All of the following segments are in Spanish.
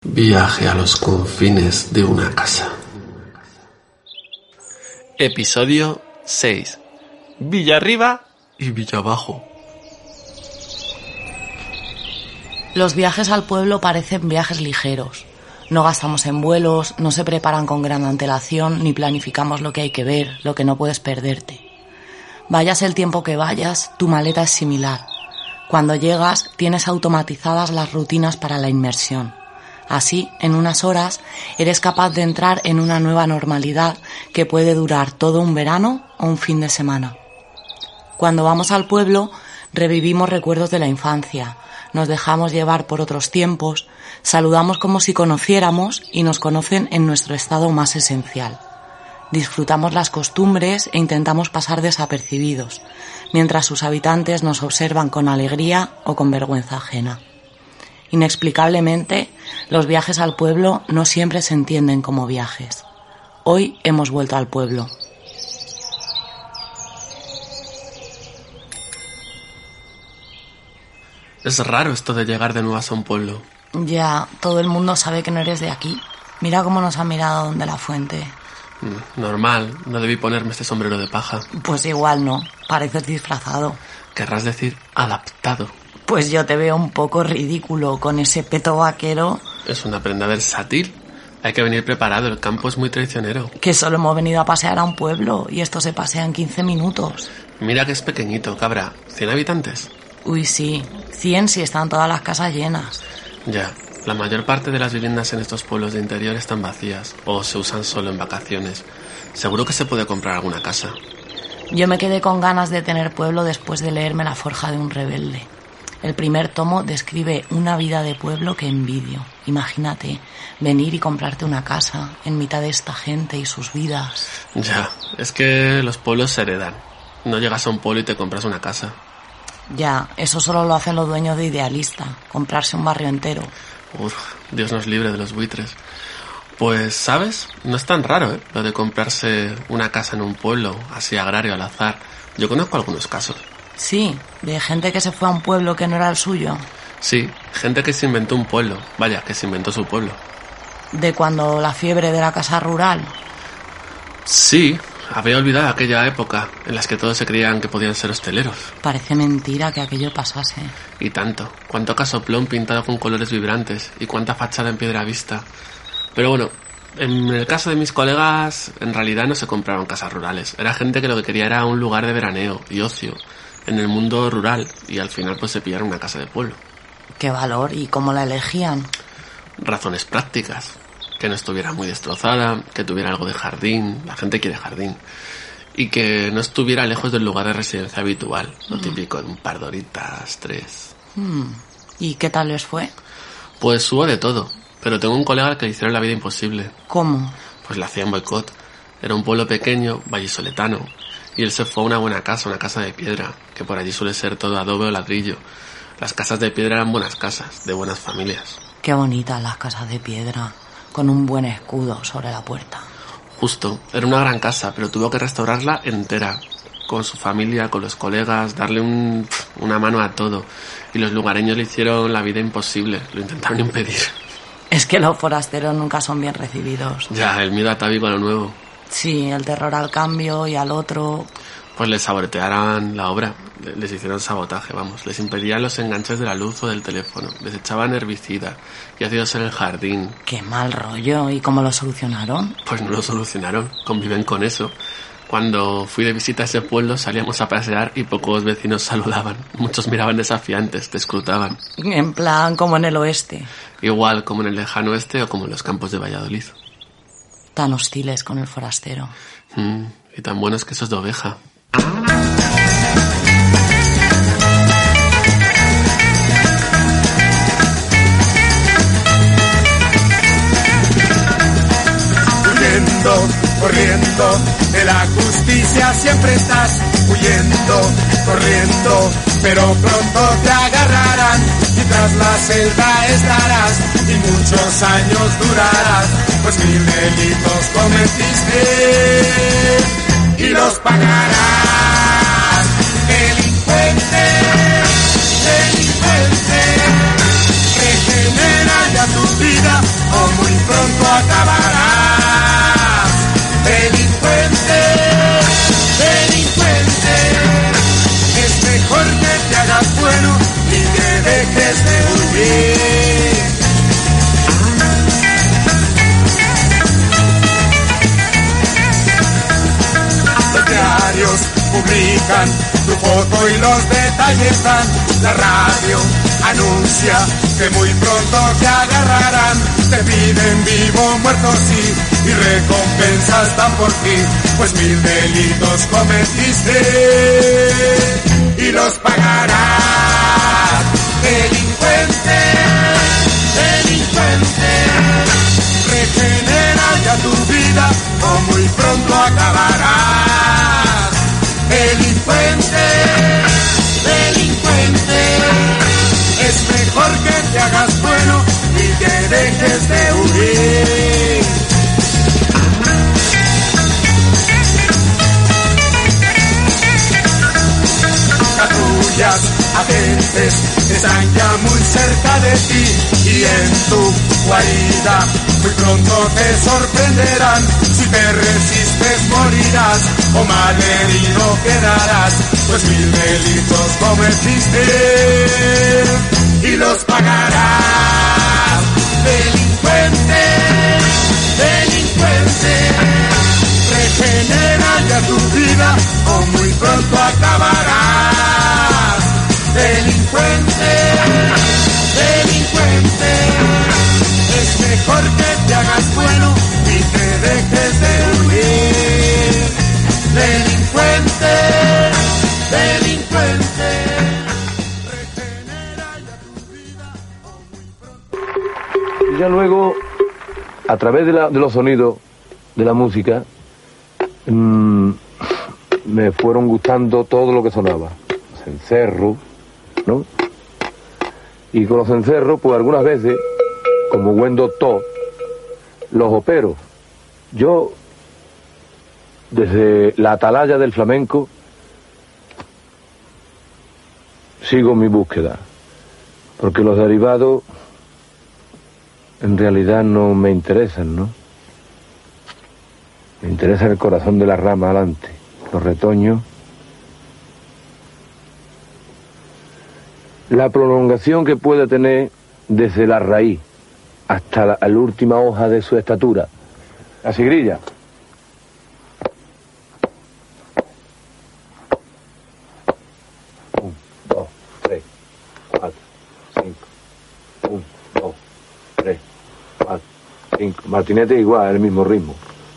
Viaje a los confines de una casa. Episodio 6. Villa arriba y Villa abajo. Los viajes al pueblo parecen viajes ligeros. No gastamos en vuelos, no se preparan con gran antelación, ni planificamos lo que hay que ver, lo que no puedes perderte. Vayas el tiempo que vayas, tu maleta es similar. Cuando llegas, tienes automatizadas las rutinas para la inmersión. Así, en unas horas, eres capaz de entrar en una nueva normalidad que puede durar todo un verano o un fin de semana. Cuando vamos al pueblo, revivimos recuerdos de la infancia, nos dejamos llevar por otros tiempos, saludamos como si conociéramos y nos conocen en nuestro estado más esencial. Disfrutamos las costumbres e intentamos pasar desapercibidos, mientras sus habitantes nos observan con alegría o con vergüenza ajena. Inexplicablemente, los viajes al pueblo no siempre se entienden como viajes. Hoy hemos vuelto al pueblo. Es raro esto de llegar de nuevas a un pueblo. Ya, todo el mundo sabe que no eres de aquí. Mira cómo nos ha mirado donde la fuente. Normal, no debí ponerme este sombrero de paja. Pues igual no, pareces disfrazado. Querrás decir adaptado. Pues yo te veo un poco ridículo con ese peto vaquero. Es una prenda versátil. Hay que venir preparado, el campo es muy traicionero. Que solo hemos venido a pasear a un pueblo y esto se pasea en 15 minutos. Mira que es pequeñito, cabra. ¿100 habitantes? Uy, sí. 100 si están todas las casas llenas. Ya, la mayor parte de las viviendas en estos pueblos de interior están vacías o se usan solo en vacaciones. Seguro que se puede comprar alguna casa. Yo me quedé con ganas de tener pueblo después de leerme La forja de un rebelde. El primer tomo describe una vida de pueblo que envidio. Imagínate, venir y comprarte una casa en mitad de esta gente y sus vidas. Ya, es que los pueblos se heredan. No llegas a un pueblo y te compras una casa. Ya, eso solo lo hacen los dueños de Idealista, comprarse un barrio entero. Uf, Dios nos libre de los buitres. Pues, ¿sabes? No es tan raro, lo de comprarse una casa en un pueblo, así agrario al azar. Yo conozco algunos casos. Sí, de gente que se fue a un pueblo que no era el suyo. Sí, gente que se inventó un pueblo. Vaya, que se inventó su pueblo. De cuando la fiebre de la casa rural. Sí, había olvidado aquella época en las que todos se creían que podían ser hosteleros. Parece mentira que aquello pasase. Y tanto. Cuánto casoplón pintado con colores vibrantes y cuánta fachada en piedra vista. Pero bueno, en el caso de mis colegas, en realidad no se compraron casas rurales. Era gente que lo que quería era un lugar de veraneo y ocio en el mundo rural y al final pues se pillaron una casa de pueblo. ¿Qué valor? ¿Y cómo la elegían? Razones prácticas. Que no estuviera muy destrozada, que tuviera algo de jardín, la gente quiere jardín, y que no estuviera lejos del lugar de residencia habitual, lo típico de un par de horitas, 3. ¿Y qué tal les fue? Pues hubo de todo, pero tengo un colega al que le hicieron la vida imposible. ¿Cómo? Pues le hacían boicot. Era un pueblo pequeño, vallisoletano, y él se fue a una buena casa, una casa de piedra, que por allí suele ser todo adobe o ladrillo. Las casas de piedra eran buenas casas, de buenas familias. Qué bonitas las casas de piedra, con un buen escudo sobre la puerta. Justo, era una gran casa, pero tuvo que restaurarla entera, con su familia, con los colegas, darle una mano a todo. Y los lugareños le hicieron la vida imposible, lo intentaron impedir. Es que los forasteros nunca son bien recibidos. Ya, el miedo atávico a lo nuevo. Sí, el terror al cambio y al otro. Pues les sabotearan la obra, les hicieron sabotaje, vamos. Les impedían los enganches de la luz o del teléfono, les echaban herbicida y ácidos en el jardín. Qué mal rollo. ¿Y cómo lo solucionaron? Pues no lo solucionaron, conviven con eso. Cuando fui de visita a ese pueblo salíamos a pasear y pocos vecinos saludaban. Muchos miraban desafiantes, te escrutaban. En plan como en el oeste. Igual como en el lejano oeste o como en los campos de Valladolid. Tan hostiles con el forastero. Y tan buenos quesos de oveja. Huyendo, corriendo, de la justicia siempre estás huyendo, corriendo, pero pronto te agarrarán y tras la selva estarás y muchos años durarás, pues 1000 delitos cometiste y los pagarás. Delincuente, delincuente, regenera ya tu vida o muy pronto acabarás. Delincuente, delincuente, es mejor que te hagas bueno y que dejes de huir. Los diarios publican tu foto y los detalles dan. La radio anuncia que muy pronto te agarrarán. Te piden vivo, muerto sí, y recompensas dan por ti, pues 1000 delitos cometiste y los pagarás. Delincuente, delincuente, regenera ya tu vida o muy pronto acabarás. Delincuente, delincuente, es mejor que te hagas bueno y que dejes de huir. Patrullas, agentes están ya muy cerca de ti y en tu guarida muy pronto te sorprenderán. Si te resistes morirás o malherido quedarás, pues 1000 delitos cometiste y los pagarás. Delincuente, delincuente, regenera ya tu vida o muy pronto acabarás. Delincuente, delincuente, es mejor que te hagas bueno y que dejes de huir. Delincuente, delincuente, regenera ya tu vida o muy pronto. Y ya luego, a través de los sonidos de la música, me fueron gustando todo lo que sonaba. Cencerro, ¿no? Y con los cencerros, pues algunas veces, como buen doctor, los opero. Yo, desde la atalaya del flamenco, sigo mi búsqueda, porque los derivados en realidad no me interesan, ¿no? Me interesa el corazón de la rama adelante, los retoños, la prolongación que puede tener desde la raíz hasta la última hoja de su estatura, la sigrilla. Un, dos, tres, cuatro, cinco. Un, dos, tres, cuatro, cinco. Martinete igual, el mismo ritmo.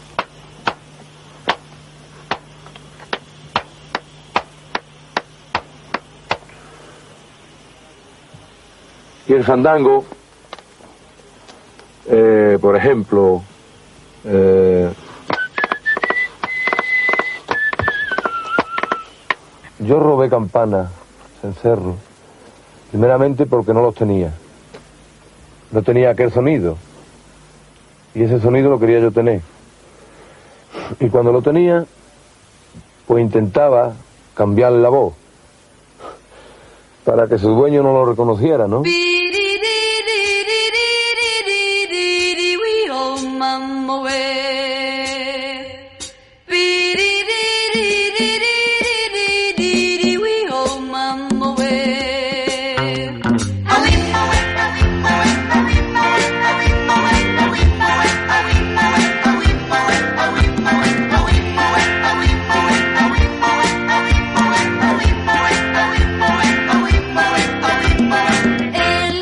Y el fandango, por ejemplo, yo robé campanas, cencerros, primeramente porque no los tenía. No tenía aquel sonido. Y ese sonido lo quería yo tener. Y cuando lo tenía, pues intentaba cambiar la voz para que su dueño no lo reconociera, ¿no? El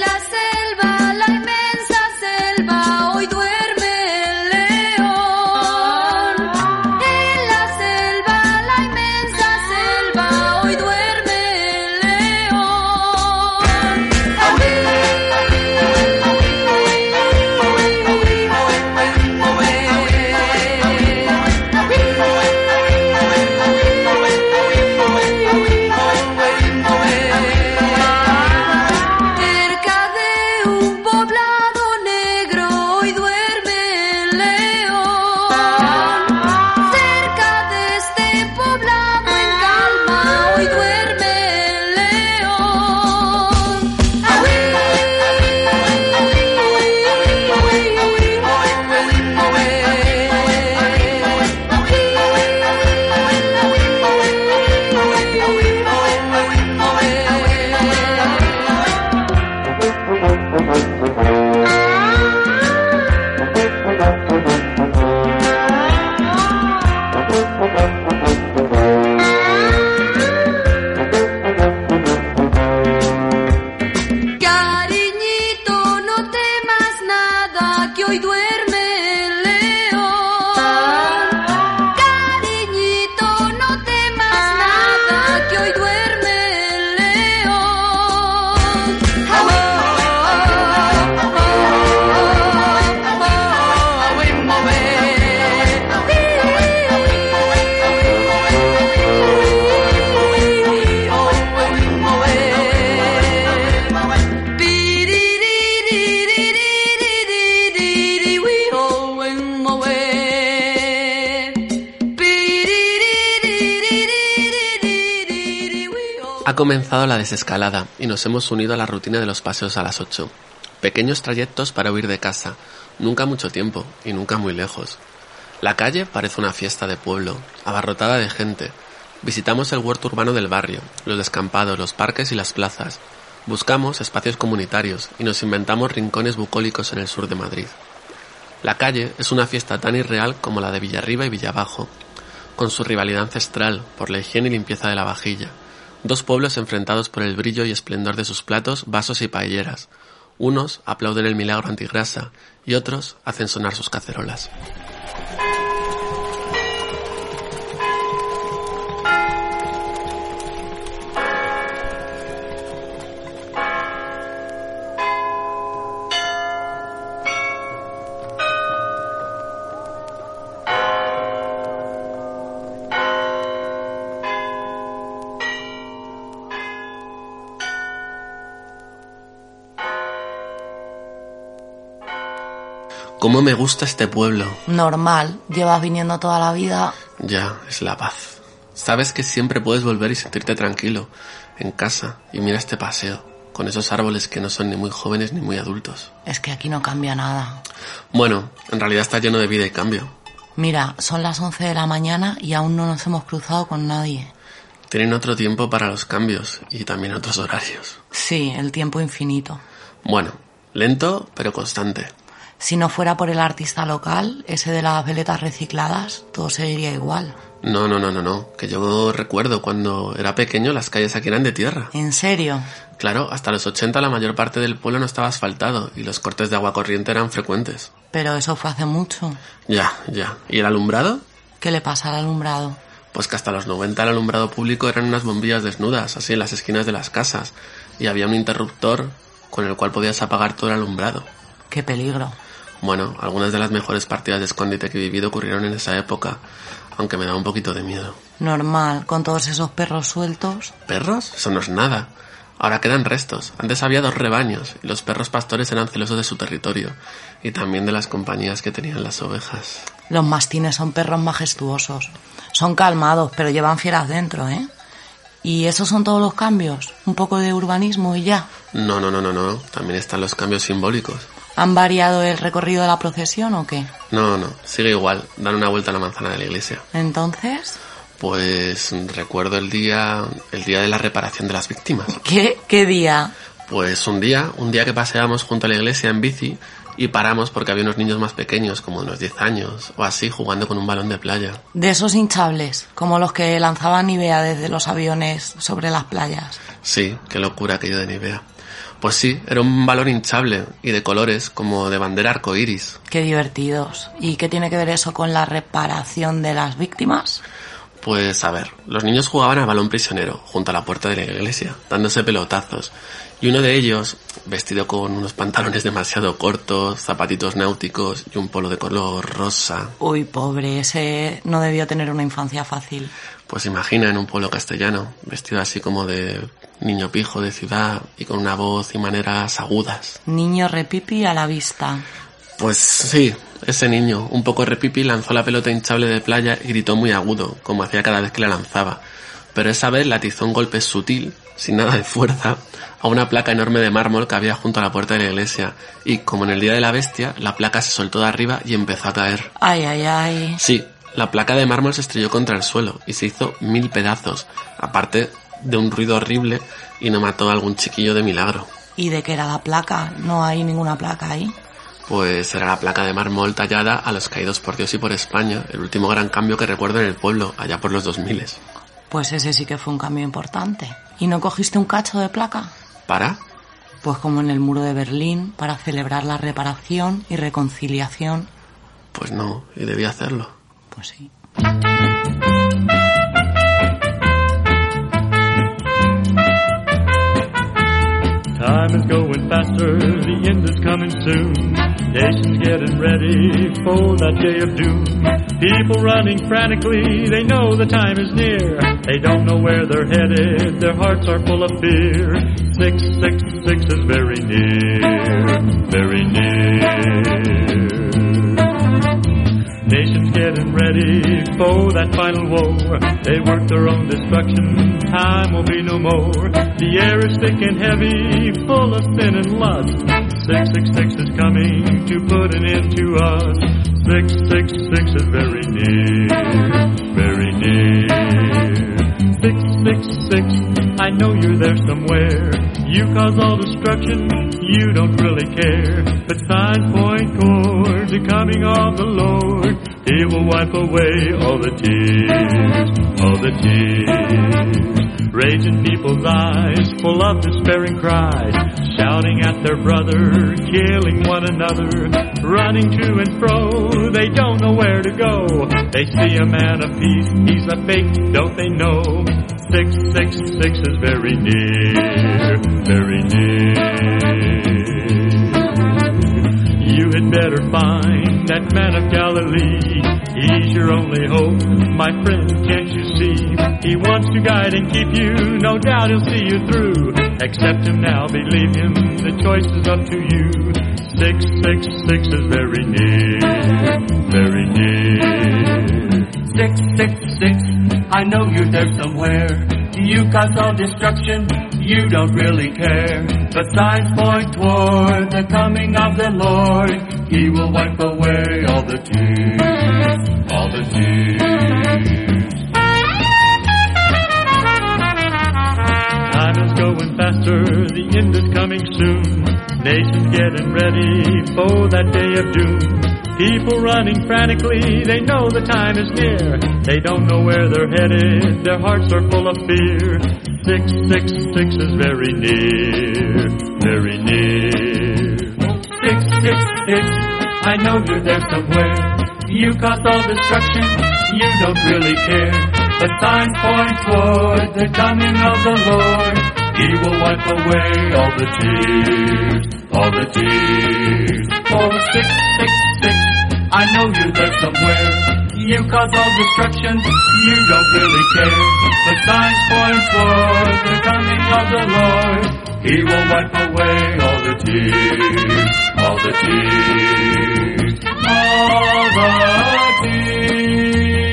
que hoy duerme el león. Cariñito, no temas nada, que hoy duerme el león. Ha comenzado la desescalada y nos hemos unido a la rutina de los paseos a las 8. Pequeños trayectos para huir de casa, nunca mucho tiempo y nunca muy lejos. La calle parece una fiesta de pueblo, abarrotada de gente. Visitamos el huerto urbano del barrio, los descampados, los parques y las plazas. Buscamos espacios comunitarios y nos inventamos rincones bucólicos en el sur de Madrid. La calle es una fiesta tan irreal como la de Villarriba y Villabajo, con su rivalidad ancestral por la higiene y limpieza de la vajilla. Dos pueblos enfrentados por el brillo y esplendor de sus platos, vasos y paelleras. Unos aplauden el milagro antigrasa y otros hacen sonar sus cacerolas. ¿Cómo me gusta este pueblo? Normal, llevas viniendo toda la vida. Ya, es la paz. Sabes que siempre puedes volver y sentirte tranquilo, en casa, y mira este paseo, con esos árboles que no son ni muy jóvenes ni muy adultos. Es que aquí no cambia nada. Bueno, en realidad está lleno de vida y cambio. Mira, son las 11 de la mañana y aún no nos hemos cruzado con nadie. Tienen otro tiempo para los cambios y también otros horarios. Sí, el tiempo infinito. Bueno, lento pero constante. Si no fuera por el artista local, ese de las veletas recicladas, todo seguiría igual. No, que yo recuerdo cuando era pequeño las calles aquí eran de tierra. ¿En serio? Claro, hasta los 80 la mayor parte del pueblo no estaba asfaltado y los cortes de agua corriente eran frecuentes. Pero eso fue hace mucho. Ya. ¿Y el alumbrado? ¿Qué le pasa al alumbrado? Pues que hasta los 90 el alumbrado público eran unas bombillas desnudas, así en las esquinas de las casas, y había un interruptor con el cual podías apagar todo el alumbrado. ¡Qué peligro! Bueno, algunas de las mejores partidas de escondite que he vivido ocurrieron en esa época, aunque me da un poquito de miedo. Normal, con todos esos perros sueltos. ¿Perros? Eso no es nada. Ahora quedan restos. Antes había 2 rebaños y los perros pastores eran celosos de su territorio y también de las compañías que tenían las ovejas. Los mastines son perros majestuosos. Son calmados, pero llevan fieras dentro, ¿eh? ¿Y esos son todos los cambios? ¿Un poco de urbanismo y ya? No. También están los cambios simbólicos. ¿Han variado el recorrido de la procesión o qué? No, sigue igual. Dan una vuelta a la manzana de la iglesia. ¿Entonces? Pues recuerdo el día de la reparación de las víctimas. ¿Qué día? Pues un día que paseábamos junto a la iglesia en bici y paramos porque había unos niños más pequeños, como de unos 10 años o así, jugando con un balón de playa. De esos hinchables, como los que lanzaban Nivea desde los aviones sobre las playas. Sí, qué locura aquello de Nivea. Pues sí, era un balón hinchable y de colores como de bandera arcoíris. Qué divertidos. ¿Y qué tiene que ver eso con la reparación de las víctimas? Pues a ver, los niños jugaban a balón prisionero junto a la puerta de la iglesia, dándose pelotazos. Y uno de ellos, vestido con unos pantalones demasiado cortos, zapatitos náuticos y un polo de color rosa. Uy, pobre, ese no debió tener una infancia fácil. Pues imagina en un pueblo castellano, vestido así como de niño pijo de ciudad y con una voz y maneras agudas. Niño repipi a la vista. Pues sí, ese niño, un poco repipi, lanzó la pelota hinchable de playa y gritó muy agudo, como hacía cada vez que la lanzaba. Pero esa vez la atizó un golpe sutil, sin nada de fuerza, a una placa enorme de mármol que había junto a la puerta de la iglesia. Y, como en el día de la bestia, la placa se soltó de arriba y empezó a caer. Ay. Sí, la placa de mármol se estrelló contra el suelo y se hizo 1000 pedazos, aparte de un ruido horrible, y no mató a algún chiquillo de milagro. ¿Y de qué era la placa? No hay ninguna placa ahí. Pues era la placa de mármol tallada a los caídos por Dios y por España, el último gran cambio que recuerdo en el pueblo, allá por los 2000. Pues ese sí que fue un cambio importante. ¿Y no cogiste un cacho de placa? ¿Para? Pues como en el muro de Berlín, para celebrar la reparación y reconciliación. Pues no, y debía hacerlo. Pues sí. Time is going faster, the end is coming soon. Nations getting ready for that day of doom. People running frantically, they know the time is near. They don't know where they're headed, their hearts are full of fear. 666 is very near, very near. Nations getting ready for that final war. They work their own destruction, time will be no more. The air is thick and heavy, full of sin and lust. 666 is coming to put an end to us. 666 is very near, very near. 666, I know you're there somewhere. You cause all destruction, you don't really care. But signs point toward the coming of the Lord. He will wipe away all the tears, all the tears. Raging people's eyes, full of despairing cries, shouting at their brother, killing one another, running to and fro, they don't know where to go. They see a man of peace, he's a fake, don't they know? 666 is very near, very near. You had better find that man of Galilee. He's your only hope, my friend, can't you see? He wants to guide and keep you, no doubt he'll see you through. Accept him now, believe him, the choice is up to you. 666 is very near, very near. 666, I know you're there somewhere. You cause all destruction, you don't really care. But signs point toward the coming of the Lord. He will wipe away all the tears, all the tears. Time is going faster, the end is coming soon. Nations getting ready for that day of doom. People running frantically, they know the time is near. They don't know where they're headed, their hearts are full of fear. 666 is very near, very near. 666, I know you're there somewhere. You caused all destruction, you don't really care. But signs point toward the coming of the Lord. He will wipe away all the tears, all the tears. Oh, 666, I know you're there somewhere. You cause all destruction, you don't really care. But signs point toward the coming of the Lord. He will wipe away all the tears, all the tears, all the tears.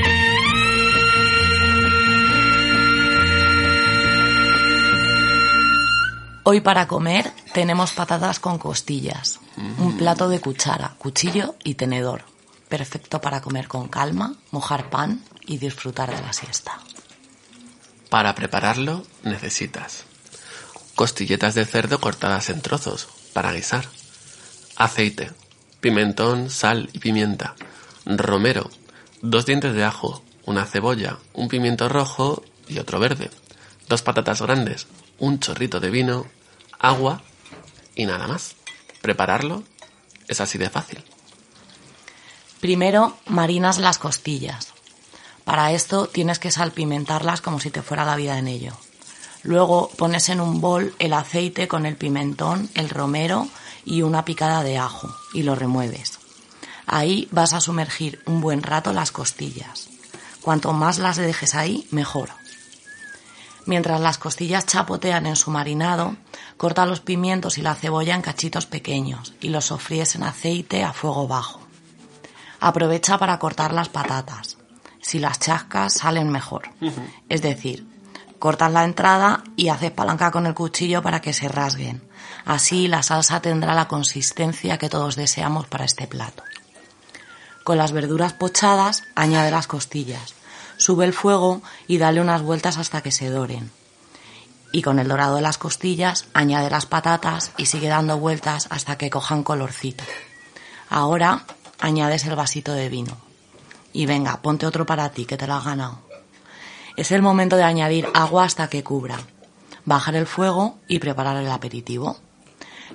Hoy para comer tenemos patatas con costillas, un plato de cuchara, cuchillo y tenedor. Perfecto para comer con calma, mojar pan y disfrutar de la siesta. Para prepararlo necesitas costilletas de cerdo cortadas en trozos para guisar, aceite, pimentón, sal y pimienta, romero, 2 dientes de ajo, una cebolla, un pimiento rojo y otro verde, 2 patatas grandes, un chorrito de vino, agua y nada más. Prepararlo es así de fácil. Primero marinas las costillas. Para esto tienes que salpimentarlas como si te fuera la vida en ello. Luego pones en un bol el aceite con el pimentón, el romero y una picada de ajo y lo remueves. Ahí vas a sumergir un buen rato las costillas. Cuanto más las dejes ahí, mejor. Mientras las costillas chapotean en su marinado, corta los pimientos y la cebolla en cachitos pequeños y los sofríes en aceite a fuego bajo. Aprovecha para cortar las patatas. Si las chascas, salen mejor. Es decir, cortas la entrada y haces palanca con el cuchillo para que se rasguen. Así la salsa tendrá la consistencia que todos deseamos para este plato. Con las verduras pochadas, añade las costillas. Sube el fuego y dale unas vueltas hasta que se doren. Y con el dorado de las costillas, añade las patatas y sigue dando vueltas hasta que cojan colorcito. Ahora añades el vasito de vino. Y venga, ponte otro para ti, que te lo has ganado. Es el momento de añadir agua hasta que cubra. Bajar el fuego y preparar el aperitivo.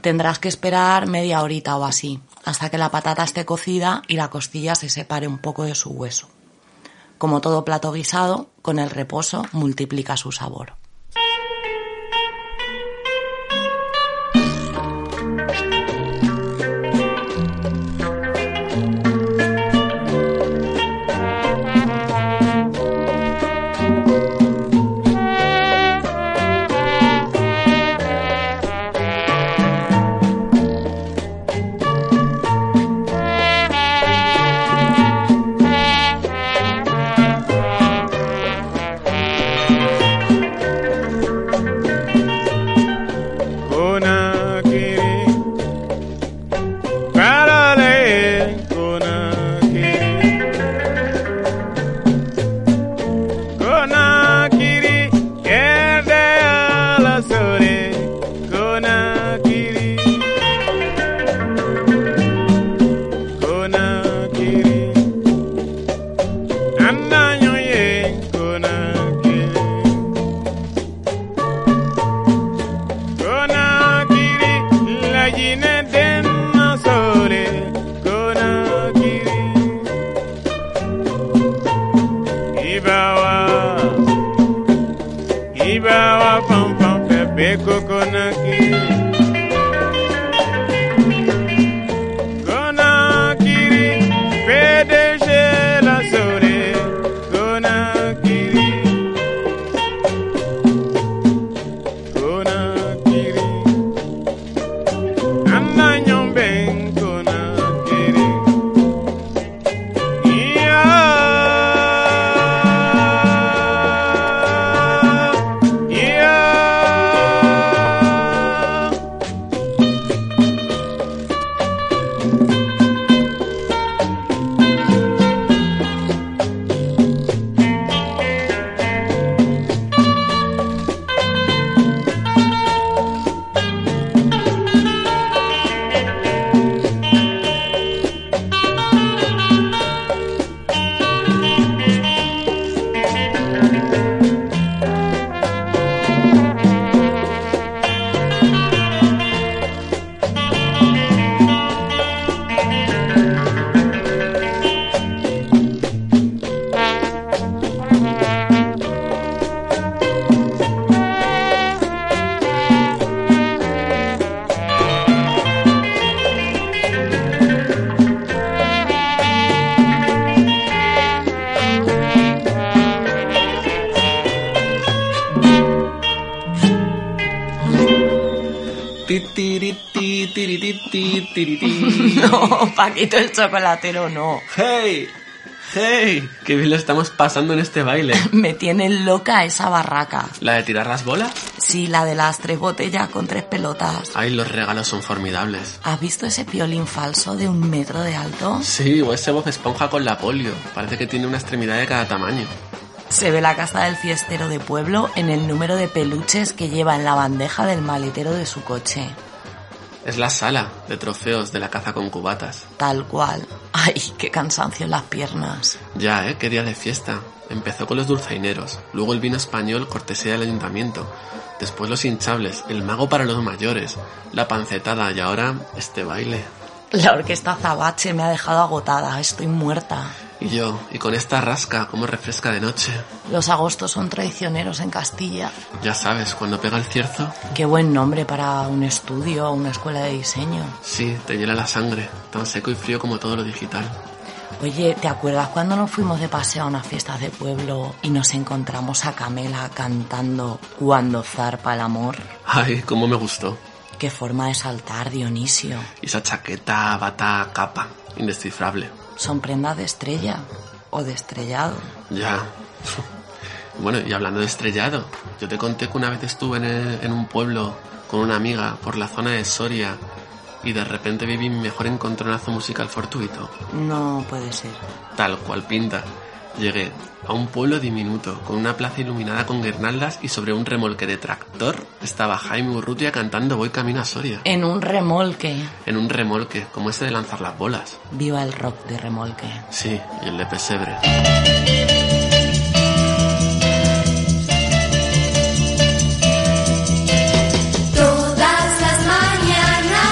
Tendrás que esperar media horita o así, hasta que la patata esté cocida y la costilla se separe un poco de su hueso. Como todo plato guisado, con el reposo multiplica su sabor. No, Paquito el chocolatero, no. ¡Hey! ¡Hey! ¡Qué bien lo estamos pasando en este baile! Me tiene loca esa barraca. ¿La de tirar las bolas? Sí, la de las 3 botellas con 3 pelotas. Ay, los regalos son formidables. ¿Has visto ese piolín falso de 1 metro de alto? Sí, o ese Bob Esponja con la polio. Parece que tiene una extremidad de cada tamaño. Se ve la casa del fiestero de pueblo en el número de peluches que lleva en la bandeja del maletero de su coche. Es la sala de trofeos de la caza con cubatas. Tal cual. Ay, qué cansancio en las piernas. Ya, qué día de fiesta. Empezó con los dulzaineros, luego el vino español cortesía del ayuntamiento, después los hinchables, el mago para los mayores, la pancetada y ahora este baile. La orquesta azabache me ha dejado agotada, estoy muerta. Y yo, y con esta rasca, cómo refresca de noche. Los agostos son traicioneros en Castilla. Ya sabes, cuando pega el cierzo... Qué buen nombre para un estudio o una escuela de diseño. Sí, te hiela la sangre, tan seco y frío como todo lo digital. Oye, ¿te acuerdas cuando nos fuimos de paseo a unas fiestas de pueblo y nos encontramos a Camela cantando Cuando zarpa el amor? Ay, cómo me gustó. Qué forma de saltar, Dionisio. Y esa chaqueta, bata, capa, indescifrable. Son prendas de estrella o de estrellado. Ya. Bueno, y hablando de estrellado, yo te conté que una vez estuve en un pueblo con una amiga por la zona de Soria y de repente viví mi mejor encontronazo musical fortuito. No puede ser. Tal cual pinta. Llegué a un pueblo diminuto, con una plaza iluminada con guirnaldas y sobre un remolque de tractor estaba Jaime Urrutia cantando Voy camino a Soria. En un remolque. En un remolque, como ese de lanzar las bolas. Viva el rock de remolque. Sí, y el de pesebre. Todas las mañanas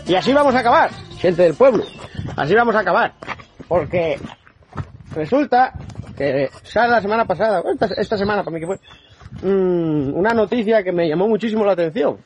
Y así vamos a acabar, gente del pueblo. Así vamos a acabar. Porque resulta que sale la semana pasada, esta semana para mí que fue, una noticia que me llamó muchísimo la atención.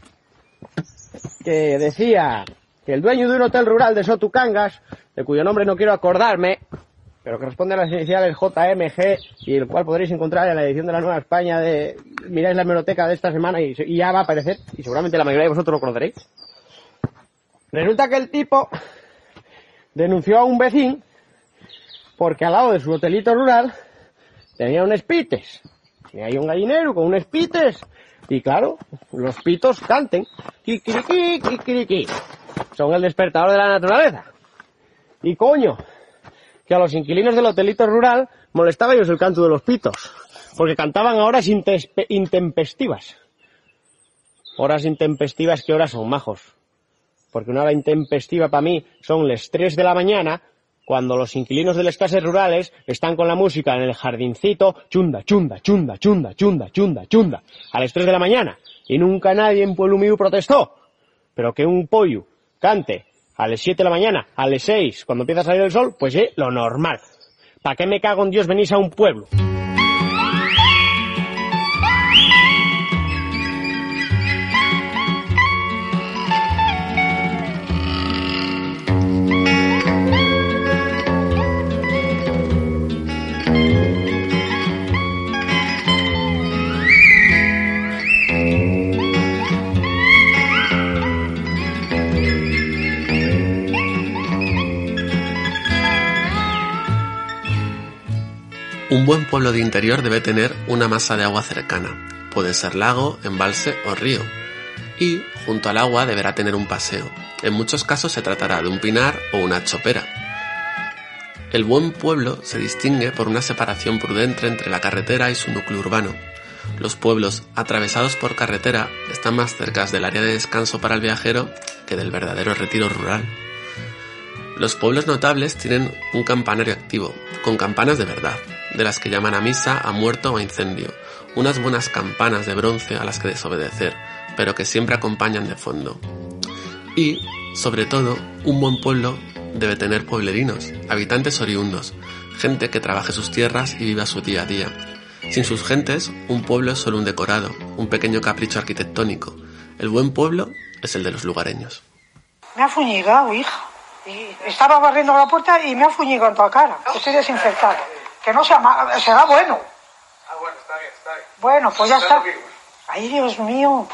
Que decía que el dueño de un hotel rural de Sotucangas, de cuyo nombre no quiero acordarme, pero que responde a las iniciales JMG, y el cual podréis encontrar en la edición de la Nueva España miráis la hemeroteca de esta semana y ya va a aparecer, y seguramente la mayoría de vosotros lo conoceréis. Resulta que el tipo denunció a un vecino porque al lado de su hotelito rural tenía unos pites. Tenía ahí un gallinero con unos pites, y claro, los pitos canten. Kikiriki, kikiriki. Son el despertador de la naturaleza. Y coño, que a los inquilinos del hotelito rural molestaba ellos el canto de los pitos, porque cantaban a horas intempestivas. Horas intempestivas, ¿qué horas son, majos? Porque una hora intempestiva para mí son las 3 de la mañana, cuando los inquilinos de las casas rurales están con la música en el jardincito, chunda, chunda, chunda, chunda, chunda, chunda, chunda, a las 3 de la mañana. Y nunca nadie en Pueblo Mío protestó. Pero que un pollo cante a las 7 de la mañana, a las 6, cuando empieza a salir el sol, pues es lo normal. ¿Para qué me cago en Dios venís a un pueblo? Un buen pueblo de interior debe tener una masa de agua cercana, puede ser lago, embalse o río, y junto al agua deberá tener un paseo. En muchos casos se tratará de un pinar o una chopera. El buen pueblo se distingue por una separación prudente entre la carretera y su núcleo urbano. Los pueblos atravesados por carretera están más cerca del área de descanso para el viajero que del verdadero retiro rural. Los pueblos notables tienen un campanario activo, con campanas de verdad, de las que llaman a misa, a muerto o a incendio, unas buenas campanas de bronce a las que desobedecer, pero que siempre acompañan de fondo. Y, sobre todo, un buen pueblo debe tener pueblerinos, habitantes oriundos, gente que trabaje sus tierras y viva su día a día. Sin sus gentes, un pueblo es solo un decorado, un pequeño capricho arquitectónico. El buen pueblo es el de los lugareños. Me ha fuñigado, hija. Y estaba barriendo la puerta y me ha fuñigado en toda cara. Estoy desinfectado. Que no sea malo, será bueno. Ah, bueno, está bien, está bien. Bueno, pues ya está. Ay, Dios mío.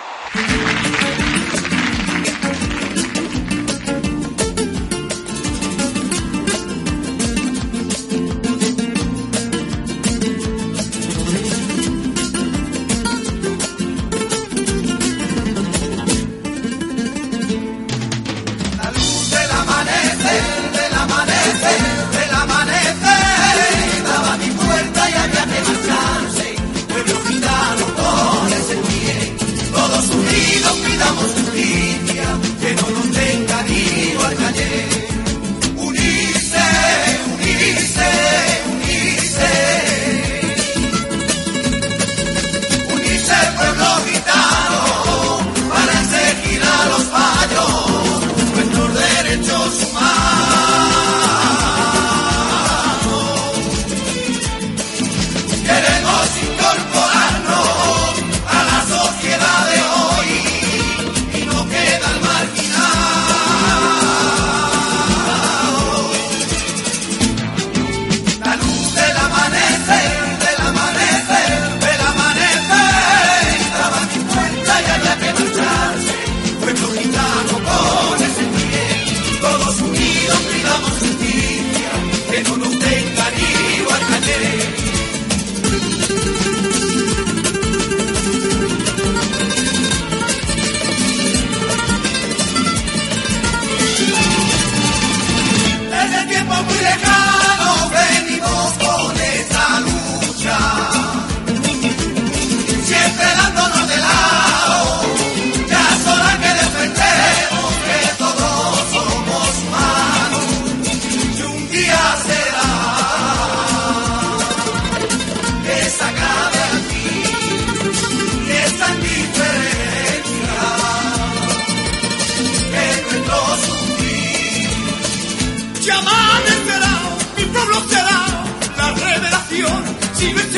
Todos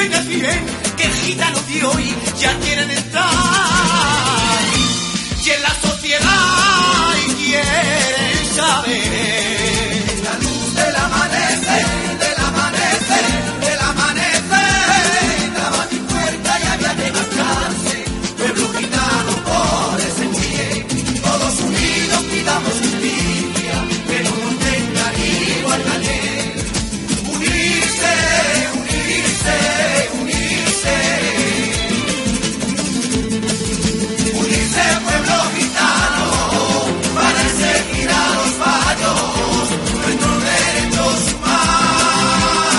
oigas bien, que gitanos de hoy ya quieren entrar. Y en la sociedad quieren saber la luz del amanecer, del amanecer, del amanecer. Traba mi puerta y había que marcharse. Pueblo gitano por ese pie, todos unidos pidamos justicia, que no nos tenga igual nadie. Unirse, unirse, unirse. Unirse, pueblo gitano, para exigir a los fallos nuestros derechos humanos.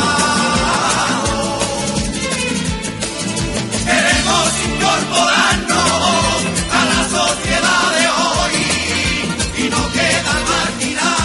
Queremos incorporarnos a la sociedad de hoy y no quedar marginados.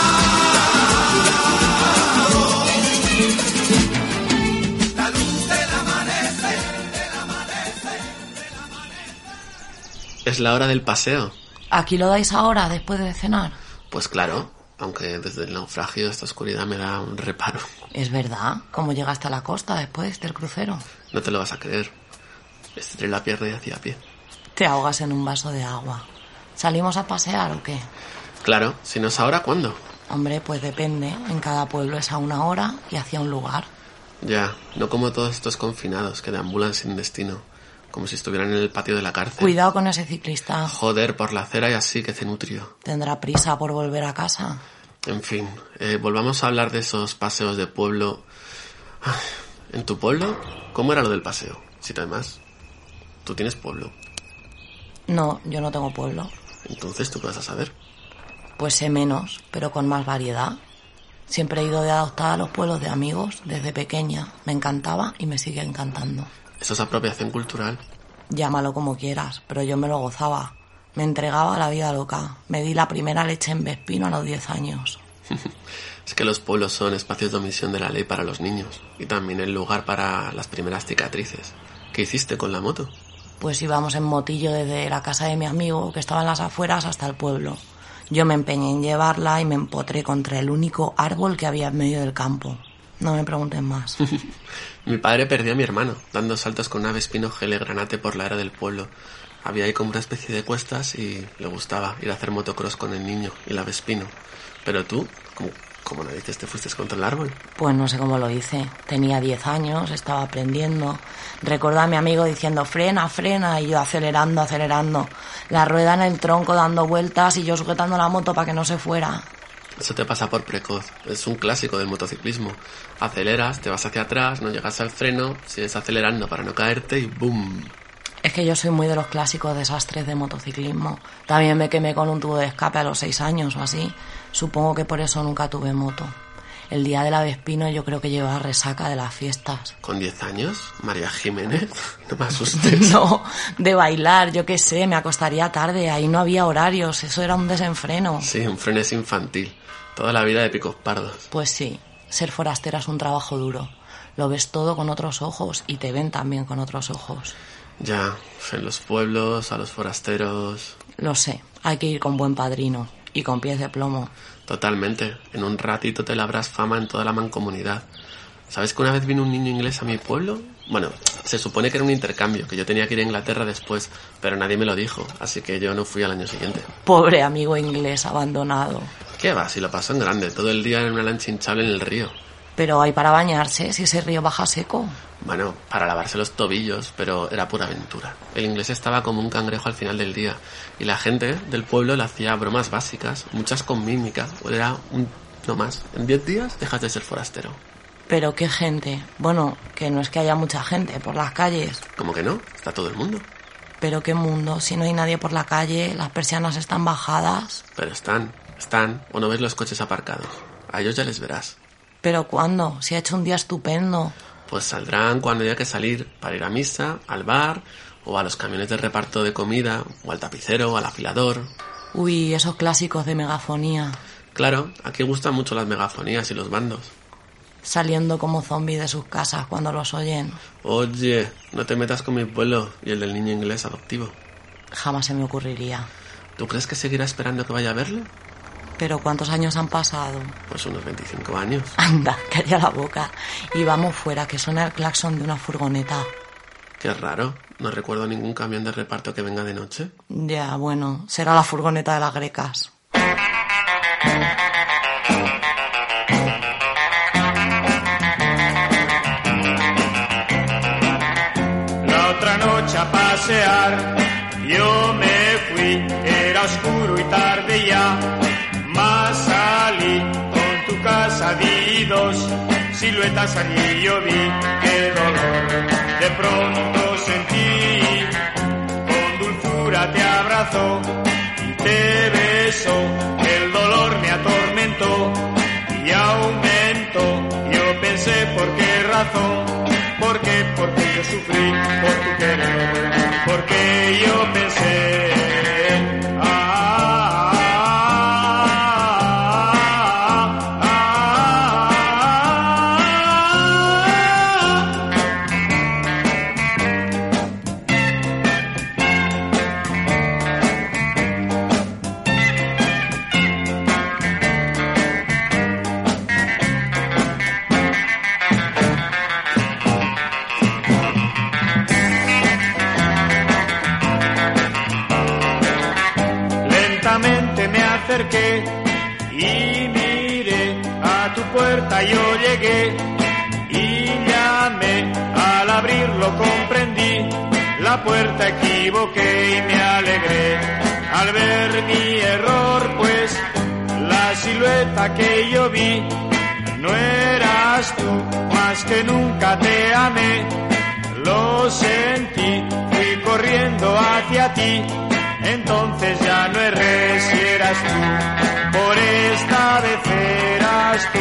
La luz del amanecer, del amanecer, del amanecer. Es la hora del paseo. ¿Aquí lo dais ahora, después de cenar? Pues claro, aunque desde el naufragio esta oscuridad me da un reparo. Es verdad. ¿Cómo llegaste a la costa después del crucero? No te lo vas a creer. Estiré la pierna y hacía pie. Te ahogas en un vaso de agua. ¿Salimos a pasear o qué? Claro, si no es ahora, ¿cuándo? Hombre, pues depende. En cada pueblo es a una hora y hacia un lugar. Ya, no como todos estos confinados que deambulan sin destino, como si estuvieran en el patio de la cárcel. Cuidado con ese ciclista. Joder, por la acera y así que cenutrio. ¿Tendrá prisa por volver a casa? En fin, volvamos a hablar de esos paseos de pueblo. Ay, ¿en tu pueblo? ¿Cómo era lo del paseo? Si te más. ¿Tú tienes pueblo? No, yo no tengo pueblo. Entonces, ¿tú qué vas a saber? Pues sé menos, pero con más variedad. Siempre he ido de adoptada a los pueblos de amigos desde pequeña. Me encantaba y me sigue encantando. Eso es apropiación cultural. Llámalo como quieras, pero yo me lo gozaba. Me entregaba a la vida loca. Me di la primera leche en Vespino a los 10 años. Es que los pueblos son espacios de omisión de la ley para los niños y también el lugar para las primeras cicatrices. ¿Qué hiciste con la moto? Pues íbamos en motillo desde la casa de mi amigo, que estaba en las afueras, hasta el pueblo. Yo me empeñé en llevarla y me empotré contra el único árbol que había en medio del campo. No me pregunten más. Mi padre perdió a mi hermano, dando saltos con una Vespino GL Granate por la era del pueblo. Había ahí como una especie de cuestas y le gustaba ir a hacer motocross con el niño y la Vespino. Pero tú, ¿cómo narices te fuiste contra el árbol? Pues no sé cómo lo hice. Tenía 10 años, estaba aprendiendo. Recuerdo a mi amigo diciendo frena, frena, y yo acelerando, acelerando. La rueda en el tronco dando vueltas y yo sujetando la moto para que no se fuera. Eso te pasa por precoz. Es un clásico del motociclismo. Aceleras, te vas hacia atrás, no llegas al freno, sigues acelerando para no caerte y ¡boom! Es que yo soy muy de los clásicos desastres de motociclismo. También me quemé con un tubo de escape a los 6 años o así. Supongo que por eso nunca tuve moto. El día de la Vespino yo creo que llevaba resaca de las fiestas. ¿Con 10 años? ¿María Jiménez? No me asustes. No, de bailar, yo qué sé, me acostaría tarde. Ahí no había horarios, eso era un desenfreno. Sí, un frenes infantil. Toda la vida de picos pardos. Pues sí, ser forastera es un trabajo duro. Lo ves todo con otros ojos y te ven también con otros ojos. Ya, en los pueblos, a los forasteros... Lo sé, hay que ir con buen padrino y con pies de plomo. Totalmente, en un ratito te labrás fama en toda la mancomunidad. ¿Sabes que una vez vino un niño inglés a mi pueblo? Bueno, se supone que era un intercambio, que yo tenía que ir a Inglaterra después, pero nadie me lo dijo, así que yo no fui al año siguiente. Pobre amigo inglés abandonado. ¿Qué va? Si lo pasó en grande, todo el día en una lancha hinchable en el río. Pero hay para bañarse si ese río baja seco. Bueno, para lavarse los tobillos, pero era pura aventura. El inglés estaba como un cangrejo al final del día y la gente del pueblo le hacía bromas básicas, muchas con mímica. Era no más. En 10 días dejas de ser forastero. Pero qué gente. Bueno, que no es que haya mucha gente por las calles. ¿Cómo que no? Está todo el mundo. Pero qué mundo, si no hay nadie por la calle, las persianas están bajadas. Pero están. ¿O no ves los coches aparcados? A ellos ya les verás. ¿Pero cuándo? Si ha hecho un día estupendo. Pues saldrán cuando haya que salir, para ir a misa, al bar, o a los camiones de reparto de comida, o al tapicero, o al afilador. Uy, esos clásicos de megafonía. Claro, aquí gustan mucho las megafonías y los bandos. Saliendo como zombies de sus casas cuando los oyen. Oye, no te metas con mi pueblo y el del niño inglés adoptivo. Jamás se me ocurriría. ¿Tú crees que seguirá esperando que vaya a verle? ¿Pero cuántos años han pasado? Pues unos 25 años. Anda, calla la boca. Y vamos fuera, que suena el claxon de una furgoneta. Qué raro. No recuerdo ningún camión de reparto que venga de noche. Ya, bueno, será la furgoneta de las grecas. La otra noche a pasear, yo me fui, era oscuro y tarde ya, mas salí con tu casa, vi dos siluetas allí, yo vi, qué dolor, de pronto sentí, con dulzura te abrazó y te besó, el dolor me atormentó y aumentó, yo pensé por qué razón, porque yo sufrí por tu querer, porque yo pensé, acerqué y miré a tu puerta, yo llegué y llamé, al abrirlo comprendí, la puerta equivoqué y me alegré, al ver mi error, pues la silueta que yo vi, no eras tú, más que nunca te amé, lo sentí, fui corriendo hacia ti, entonces ya no erré si eras tú, por esta vez eras tú.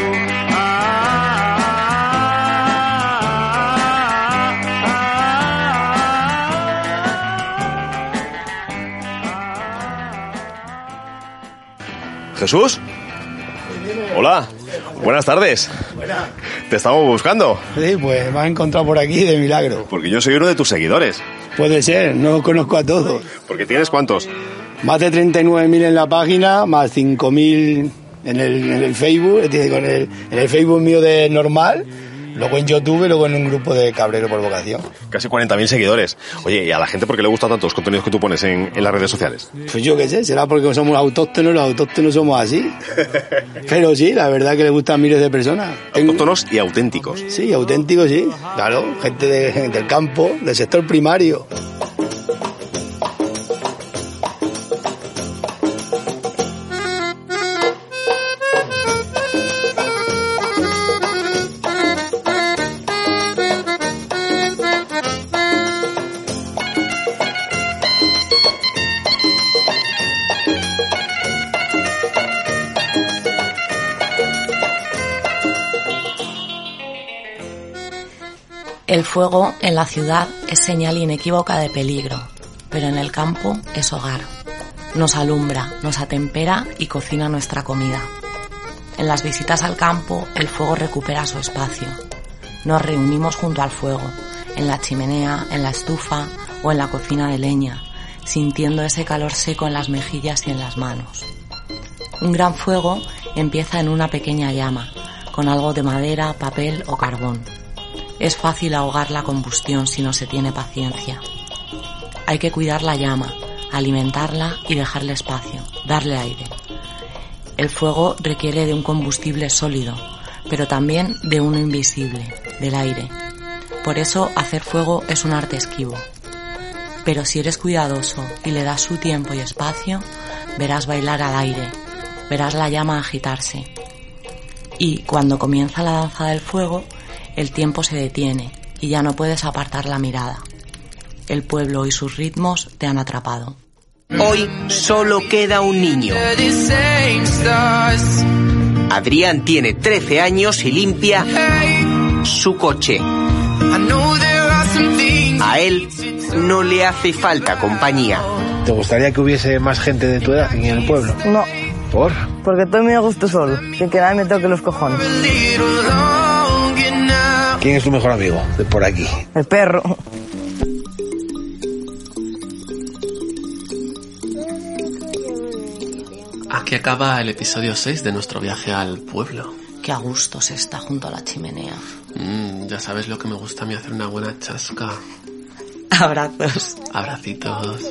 ¿Jesús? Hola, buenas tardes. Buenas. Te estamos buscando. Sí, pues me has encontrado por aquí de milagro. Porque yo soy uno de tus seguidores. Puede ser, no conozco a todos. ¿Porque tienes cuántos? Más de 39.000 en la página, más 5.000 en el Facebook, en el Facebook mío de normal, luego en YouTube, luego en un grupo de Cabrero por vocación. Casi 40.000 seguidores. Oye, ¿y a la gente por qué le gustan tanto los contenidos que tú pones en las redes sociales? Pues yo qué sé, será porque somos autóctonos, los autóctonos somos así. Pero sí, la verdad que le gustan miles de personas. Autóctonos y auténticos. Sí, auténticos, sí. Claro, gente del campo, del sector primario. El fuego en la ciudad es señal inequívoca de peligro, pero en el campo es hogar. Nos alumbra, nos atempera y cocina nuestra comida. En las visitas al campo, el fuego recupera su espacio. Nos reunimos junto al fuego, en la chimenea, en la estufa o en la cocina de leña, sintiendo ese calor seco en las mejillas y en las manos. Un gran fuego empieza en una pequeña llama, con algo de madera, papel o carbón. Es fácil ahogar la combustión si no se tiene paciencia. Hay que cuidar la llama, alimentarla y dejarle espacio, darle aire. El fuego requiere de un combustible sólido, pero también de uno invisible, del aire. Por eso hacer fuego es un arte esquivo. Pero si eres cuidadoso y le das su tiempo y espacio, verás bailar al aire, verás la llama agitarse. Y cuando comienza la danza del fuego, el tiempo se detiene y ya no puedes apartar la mirada. El pueblo y sus ritmos te han atrapado. Hoy solo queda un niño. Adrián tiene 13 años y limpia su coche. A él no le hace falta compañía. ¿Te gustaría que hubiese más gente de tu edad aquí en el pueblo? No. ¿Por? Porque estoy muy a gusto solo, sin que nadie me toque los cojones. ¿Quién es tu mejor amigo de por aquí? El perro. Aquí acaba el episodio 6 de nuestro viaje al pueblo. Qué a gusto se está junto a la chimenea. Ya sabes lo que me gusta a mí, hacer una buena chasca. Abrazos. Abracitos.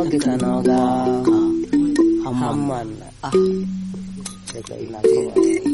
Hamman.